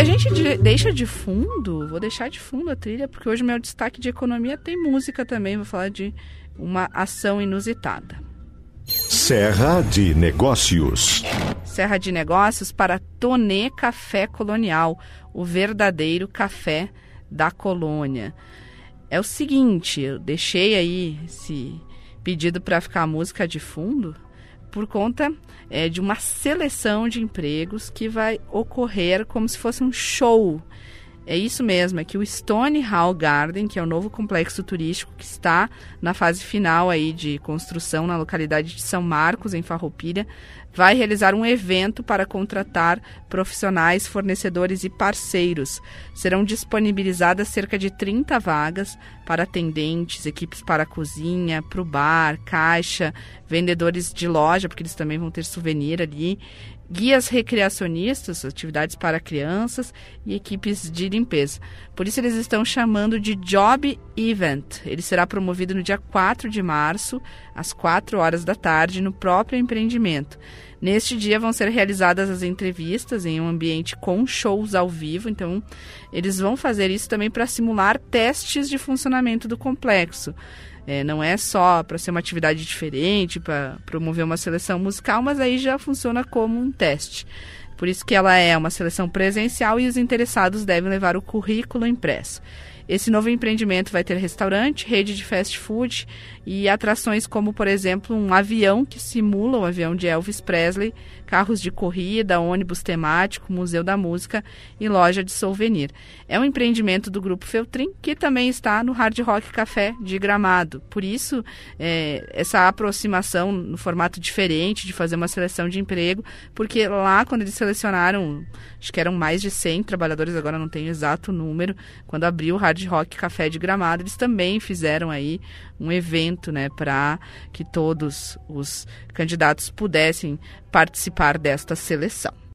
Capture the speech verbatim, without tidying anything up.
a gente de, deixa de fundo, vou deixar de fundo a trilha, porque hoje o meu destaque de economia tem música também, vou falar de uma ação inusitada. Serra de Negócios. Serra de Negócios para Tonê Café Colonial, o verdadeiro café da colônia. É o seguinte, eu deixei aí esse pedido para ficar a música de fundo por conta é, de uma seleção de empregos que vai ocorrer como se fosse um show. É isso mesmo, é que o Stone Hall Garden, que é o novo complexo turístico que está na fase final aí de construção na localidade de São Marcos, em Farroupilha, vai realizar um evento para contratar profissionais, fornecedores e parceiros. Serão disponibilizadas cerca de trinta vagas para atendentes, equipes para a cozinha, para o bar, caixa, vendedores de loja, porque eles também vão ter souvenir ali, guias recreacionistas, atividades para crianças e equipes de limpeza. Por isso eles estão chamando de Job Event. Ele será promovido no dia quatro de março, às quatro horas da tarde, no próprio empreendimento. Neste dia vão ser realizadas as entrevistas em um ambiente com shows ao vivo, então eles vão fazer isso também para simular testes de funcionamento do complexo. É, não é só para ser uma atividade diferente, para promover uma seleção musical, mas aí já funciona como um teste. Por isso que ela é uma seleção presencial e os interessados devem levar o currículo impresso. Esse novo empreendimento vai ter restaurante, rede de fast food e atrações como, por exemplo, um avião que simula o avião de Elvis Presley, carros de corrida, ônibus temático, museu da música e loja de souvenir. É um empreendimento do Grupo Feltrin, que também está no Hard Rock Café de Gramado. Por isso, é, essa aproximação no formato diferente de fazer uma seleção de emprego, porque lá quando eles selecionaram, acho que eram mais de cem trabalhadores, agora não tenho o exato número, quando abriu o Hard Rock Café de Gramado, eles também fizeram aí um evento, né, para que todos os candidatos pudessem participar desta seleção.